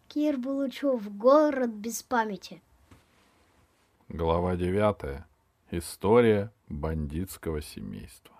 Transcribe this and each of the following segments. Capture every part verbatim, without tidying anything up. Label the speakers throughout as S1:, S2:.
S1: Кир Булычев. Город без памяти.
S2: Глава девятая. История бандитского семейства.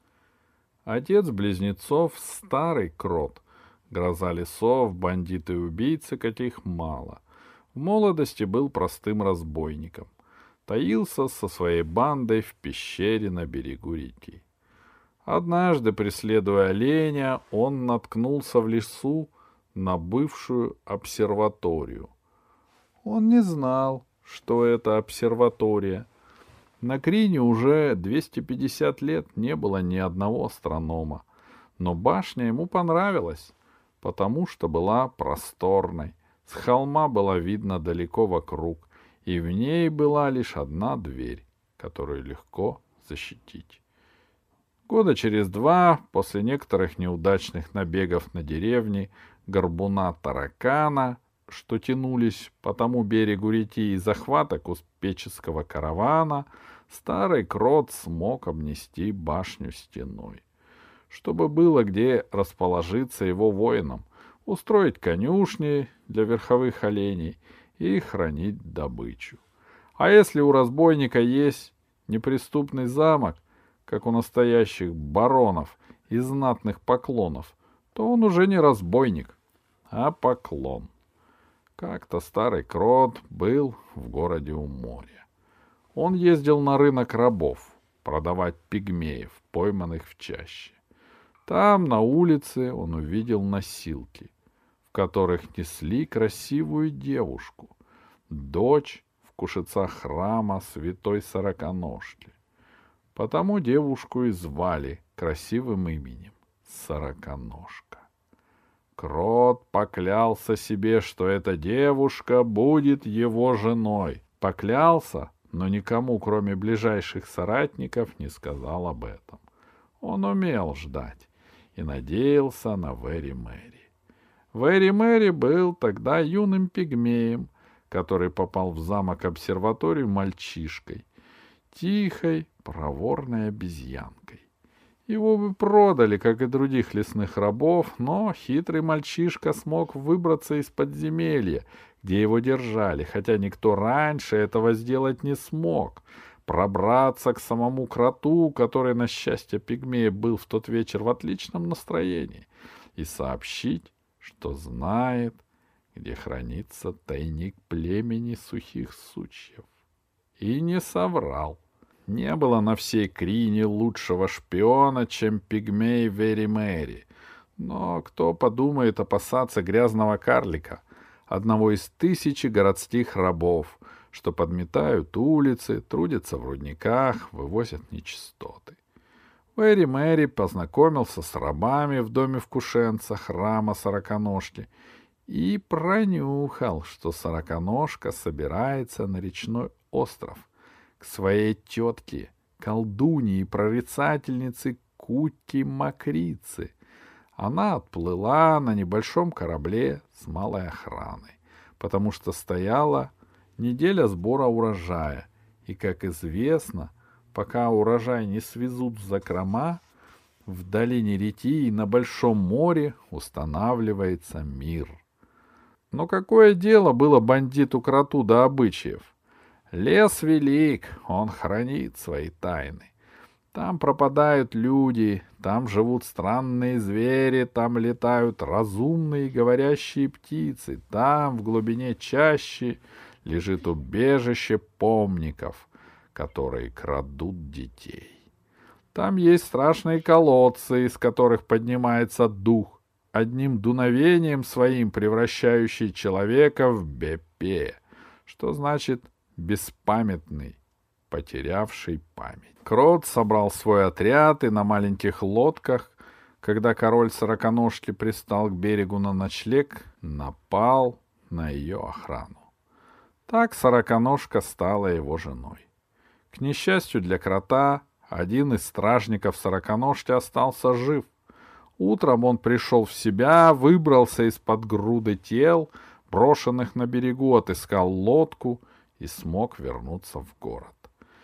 S2: Отец близнецов — старый крот. Гроза лесов, бандиты и убийцы, каких мало. В молодости был простым разбойником. Таился со своей бандой в пещере на берегу реки. Однажды, преследуя оленя, он наткнулся в лесу на бывшую обсерваторию. Он не знал, что это обсерватория. На Крине уже двести пятьдесят лет не было ни одного астронома. Но башня ему понравилась, потому что была просторной. С холма было видно далеко вокруг, и в ней была лишь одна дверь, которую легко защитить. Года через два, после некоторых неудачных набегов на деревни горбуна-таракана, что тянулись по тому берегу реки, и захвата купеческого каравана, старый крот смог обнести башню стеной, чтобы было где расположиться его воинам, устроить конюшни для верховых оленей и хранить добычу. А если у разбойника есть неприступный замок, как у настоящих баронов и знатных поклонов, то он уже не разбойник, а поклон. Как-то старый крот был в городе у моря. Он ездил на рынок рабов продавать пигмеев, пойманных в чаще. Там, на улице, он увидел носилки, в которых несли красивую девушку, дочь вкушица храма святой Сороконожки. Потому девушку и звали красивым именем — Сороконожка. Крот поклялся себе, что эта девушка будет его женой. Поклялся, но никому, кроме ближайших соратников, не сказал об этом. Он умел ждать и надеялся на Вэри Мэри. Вэри Мэри был тогда юным пигмеем, который попал в замок-обсерваторию мальчишкой, тихой, проворной обезьянкой. Его бы продали, как и других лесных рабов, но хитрый мальчишка смог выбраться из подземелья, где его держали, хотя никто раньше этого сделать не смог, пробраться к самому кроту, который, на счастье пигмея, был в тот вечер в отличном настроении, и сообщить, что знает, где хранится тайник племени сухих сучьев. И не соврал. Не было на всей Крине лучшего шпиона, чем пигмей Вэри Мэри. Но кто подумает опасаться грязного карлика, одного из тысячи городских рабов, что подметают улицы, трудятся в рудниках, вывозят нечистоты. Вэри Мэри познакомился с рабами в доме вкушенца храма Сороконожки и пронюхал, что Сороконожка собирается на речной остров к своей тетке, колдунье и прорицательнице Кути-Макрицы. Она отплыла на небольшом корабле с малой охраной, потому что стояла неделя сбора урожая, и, как известно, пока урожай не свезут в закрома, в долине реки и на Большом море устанавливается мир. Но какое дело было бандиту-кроту до обычаев? Лес велик, он хранит свои тайны. Там пропадают люди, там живут странные звери, там летают разумные говорящие птицы, там в глубине чащи лежит убежище помников, которые крадут детей. Там есть страшные колодцы, из которых поднимается дух, одним дуновением своим превращающий человека в бепе, что значит беспамятный, потерявший память. Крот собрал свой отряд и на маленьких лодках, когда король Сороконожки пристал к берегу на ночлег, напал на ее охрану. Так Сороконожка стала его женой. К несчастью для крота, один из стражников Сороконожки остался жив. Утром он пришел в себя, выбрался из-под груды тел, брошенных на берегу, отыскал лодку и смог вернуться в город.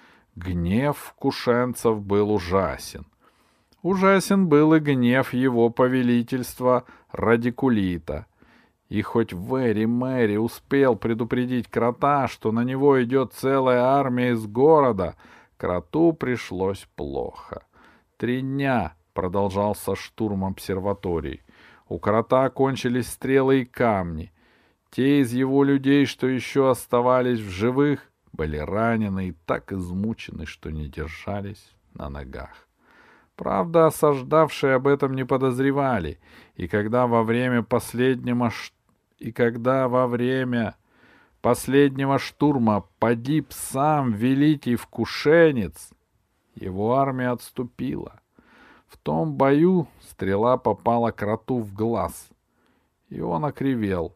S2: Гнев кушенцев был ужасен. Ужасен был и гнев его повелительства Радикулита. И хоть Вэри Мэри успел предупредить крота, что на него идет целая армия из города, кроту пришлось плохо. Три дня продолжался штурм обсерватории. У крота кончились стрелы и камни. Те из его людей, что еще оставались в живых, были ранены и так измучены, что не держались на ногах. Правда, осаждавшие об этом не подозревали, и когда во время последнего, и когда во время последнего штурма погиб сам великий вкушенец, его армия отступила. В том бою стрела попала кроту в глаз, и он окривел,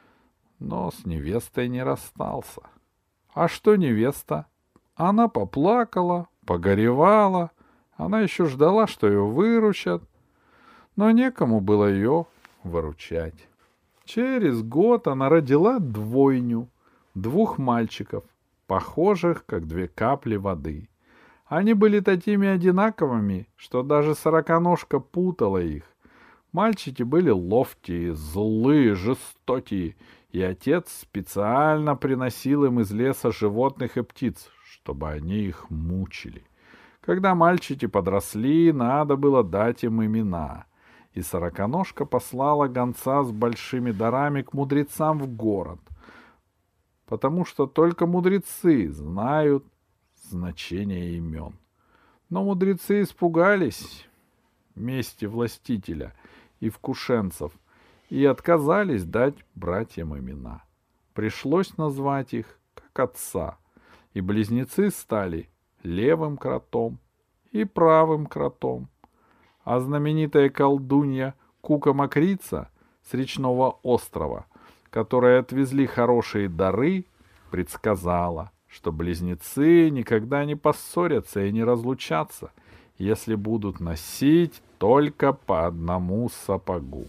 S2: но с невестой не расстался. А что невеста? Она поплакала, погоревала, она еще ждала, что ее выручат, но некому было ее выручать. Через год она родила двойню, двух мальчиков, похожих, как две капли воды. Они были такими одинаковыми, что даже сороконожка путала их. Мальчики были ловкие, злые, жестокие, и отец специально приносил им из леса животных и птиц, чтобы они их мучили. Когда мальчики подросли, надо было дать им имена. И сороконожка послала гонца с большими дарами к мудрецам в город, потому что только мудрецы знают значение имен. Но мудрецы испугались мести властителя и вкушенцев и отказались дать братьям имена. Пришлось назвать их как отца, и близнецы стали левым кротом и правым кротом. А знаменитая колдунья Кука-Макрица с речного острова, которой отвезли хорошие дары, предсказала, что близнецы никогда не поссорятся и не разлучатся, если будут носить только по одному сапогу.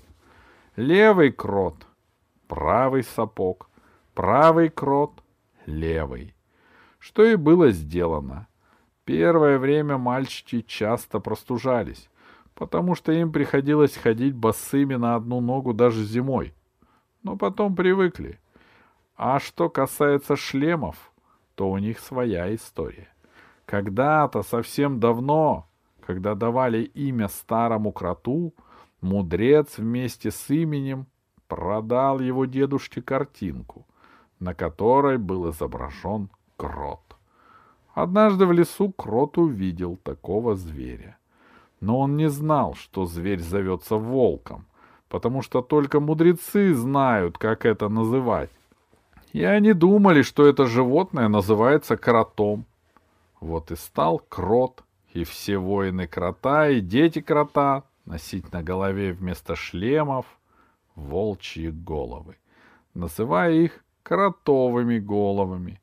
S2: Левый крот — правый сапог, правый крот — левый. Что и было сделано. Первое время мальчики часто простужались, потому что им приходилось ходить босыми на одну ногу даже зимой. Но потом привыкли. А что касается шлемов, то у них своя история. Когда-то, совсем давно, когда давали имя старому кроту, мудрец вместе с именем продал его дедушке картинку, на которой был изображен крот. Однажды в лесу крот увидел такого зверя. Но он не знал, что зверь зовется волком, потому что только мудрецы знают, как это называть. И они думали, что это животное называется кротом. Вот и стал крот, и все воины крота, и дети крота носить на голове вместо шлемов волчьи головы, называя их кротовыми головами.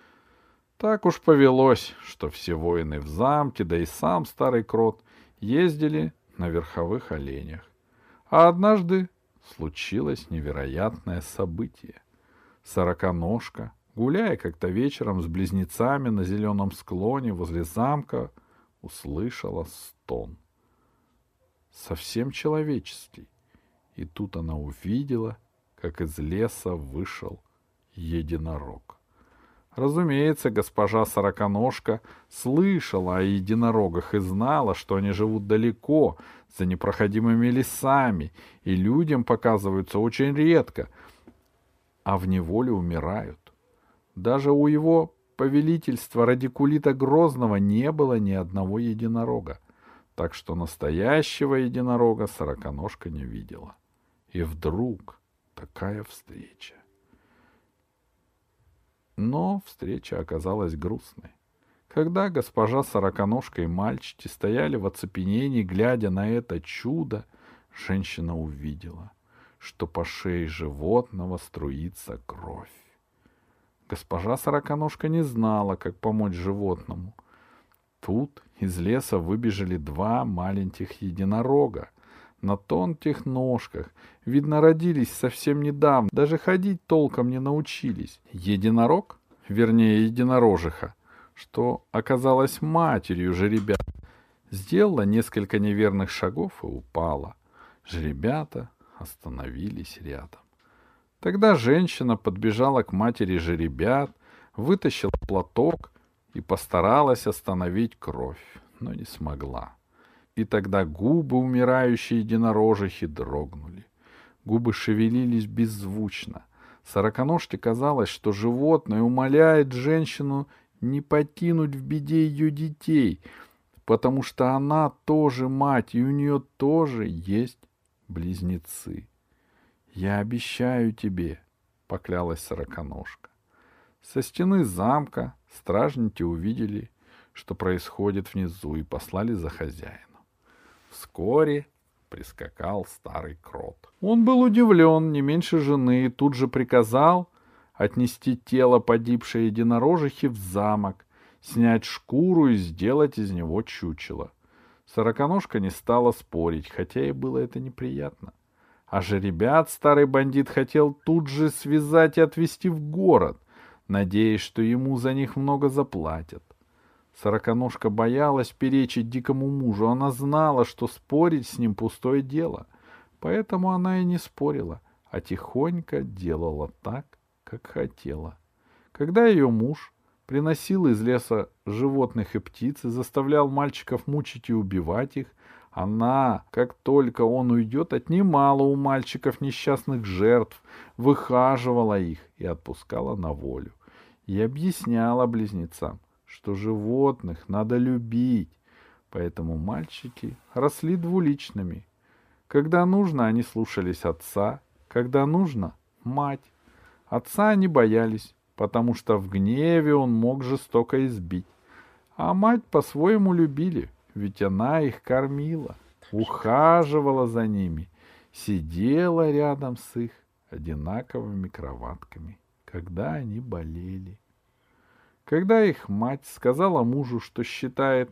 S2: Так уж повелось, что все воины в замке, да и сам старый крот ездили на верховых оленях. А однажды случилось невероятное событие. Сороконожка, гуляя как-то вечером с близнецами на зеленом склоне возле замка, услышала стон. Совсем человеческий. И тут она увидела, как из леса вышел единорог. Разумеется, госпожа Сороконожка слышала о единорогах и знала, что они живут далеко, за непроходимыми лесами, и людям показываются очень редко, а в неволе умирают. Даже у его повелительства Радикулита Грозного не было ни одного единорога, так что настоящего единорога Сороконожка не видела. И вдруг такая встреча. Но встреча оказалась грустной. Когда госпожа Сороконожка и мальчики стояли в оцепенении, глядя на это чудо, женщина увидела, что по шее животного струится кровь. Госпожа Сороконожка не знала, как помочь животному. Тут из леса выбежали два маленьких единорога на тонких ножках. Видно, родились совсем недавно, даже ходить толком не научились. Единорог, вернее единорожиха, что оказалась матерью жеребят, сделала несколько неверных шагов и упала. Жеребята остановились рядом. Тогда женщина подбежала к матери жеребят, вытащила платок и постаралась остановить кровь, но не смогла. И тогда губы умирающей единорожихи дрогнули. Губы шевелились беззвучно. Сороконожке казалось, что животное умоляет женщину не покинуть в беде ее детей, потому что она тоже мать, и у нее тоже есть близнецы. «Я обещаю тебе», — поклялась Сороконожка. Со стены замка стражники увидели, что происходит внизу, и послали за хозяином. Вскоре прискакал старый крот. Он был удивлен не меньше жены и тут же приказал отнести тело погибшей единорожихи в замок, снять шкуру и сделать из него чучело. Сороконожка не стала спорить, хотя ей было это неприятно. А жеребят старый бандит хотел тут же связать и отвезти в город, надеясь, что ему за них много заплатят. Сороконожка боялась перечить дикому мужу. Она знала, что спорить с ним пустое дело. Поэтому она и не спорила, а тихонько делала так, как хотела. Когда ее муж приносил из леса животных и птиц и заставлял мальчиков мучить и убивать их, она, как только он уйдет, отнимала у мальчиков несчастных жертв, выхаживала их и отпускала на волю. И объясняла близнецам, что животных надо любить, поэтому мальчики росли двуличными. Когда нужно, они слушались отца, когда нужно — мать. Отца они боялись, потому что в гневе он мог жестоко избить, а мать по-своему любили, ведь она их кормила, ухаживала за ними, сидела рядом с их одинаковыми кроватками, когда они болели. Когда их мать сказала мужу, что считает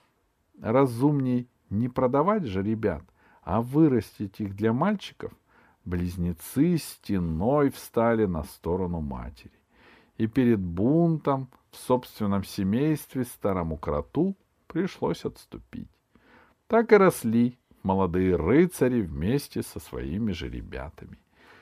S2: разумней не продавать же ребят, а вырастить их для мальчиков, близнецы стеной встали на сторону матери. И перед бунтом в собственном семействе старому кроту пришлось отступить. Так и росли молодые рыцари вместе со своими же ребятами.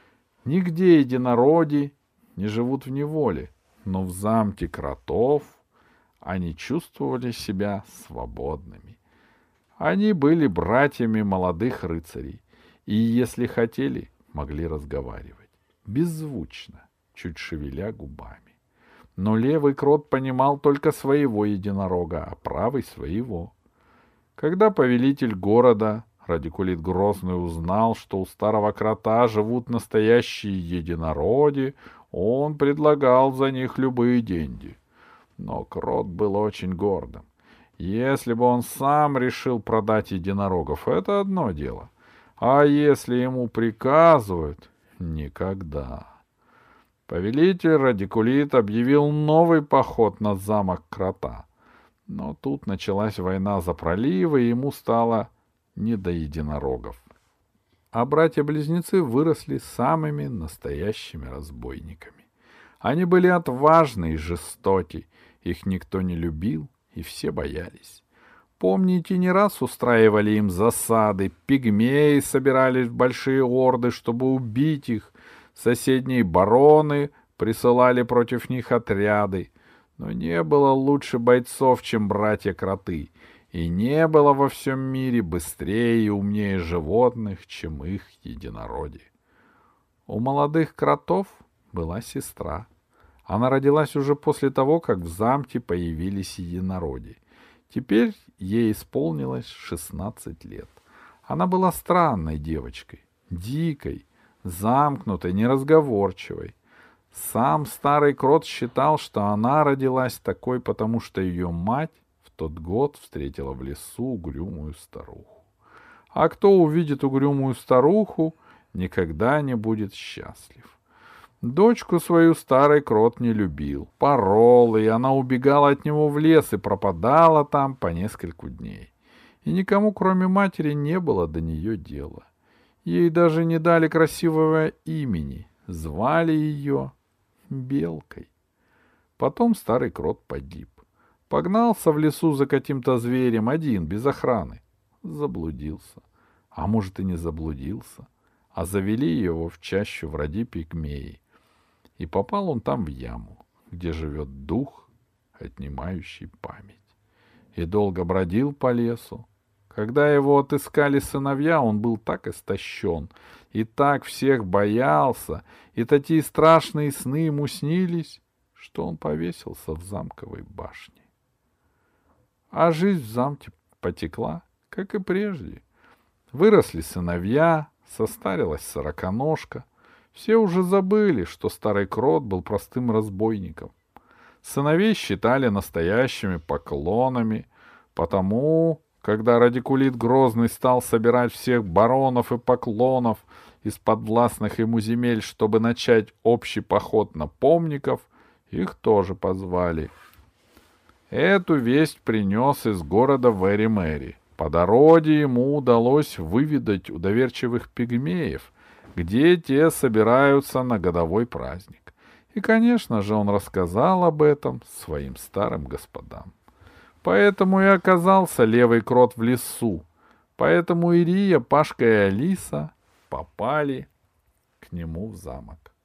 S2: Нигде единороди не живут в неволе, но в замке кротов они чувствовали себя свободными. Они были братьями молодых рыцарей, и, если хотели, могли разговаривать. Беззвучно, чуть шевеля губами. Но левый крот понимал только своего единорога, а правый — своего. Когда повелитель города, Радикулит Грозный, узнал, что у старого крота живут настоящие единороди, он предлагал за них любые деньги. Но крот был очень гордым. Если бы он сам решил продать единорогов, это одно дело. А если ему приказывают — никогда. Повелитель Радикулит объявил новый поход на замок крота. Но тут началась война за проливы, и ему стало не до единорогов. А братья-близнецы выросли самыми настоящими разбойниками. Они были отважны и жестоки, их никто не любил, и все боялись. Помните, не раз устраивали им засады, пигмеи собирались в большие орды, чтобы убить их, соседние бароны присылали против них отряды, но не было лучше бойцов, чем братья-кроты, и не было во всем мире быстрее и умнее животных, чем их единороди. У молодых кротов была сестра. Она родилась уже после того, как в замке появились единороди. Теперь ей исполнилось шестнадцать лет. Она была странной девочкой, дикой, замкнутой, неразговорчивой. Сам старый крот считал, что она родилась такой, потому что ее мать в тот год встретила в лесу угрюмую старуху. А кто увидит угрюмую старуху, никогда не будет счастлив. Дочку свою старый крот не любил, порол, и она убегала от него в лес и пропадала там по нескольку дней. И никому, кроме матери, не было до нее дела. Ей даже не дали красивого имени, звали ее Белкой. Потом старый крот погиб. Погнался в лесу за каким-то зверем один, без охраны. Заблудился. А может, и не заблудился, а завели его в чащу вроде пигмеи. И попал он там в яму, где живет дух, отнимающий память. И долго бродил по лесу. Когда его отыскали сыновья, он был так истощен, и так всех боялся, и такие страшные сны ему снились, что он повесился в замковой башне. А жизнь в замке потекла, как и прежде. Выросли сыновья, состарилась сороконожка. Все уже забыли, что старый крот был простым разбойником. Сыновей считали настоящими поклонами, потому, когда Радикулит Грозный стал собирать всех баронов и поклонов из подвластных ему земель, чтобы начать общий поход на помников, их тоже позвали. Эту весть принес из города Вэри-Мэри. По дороге ему удалось выведать у доверчивых пигмеев, где те собираются на годовой праздник. И, конечно же, он рассказал об этом своим старым господам. Поэтому и оказался левый крот в лесу. Поэтому Ирия, Пашка и Алиса попали к нему в замок.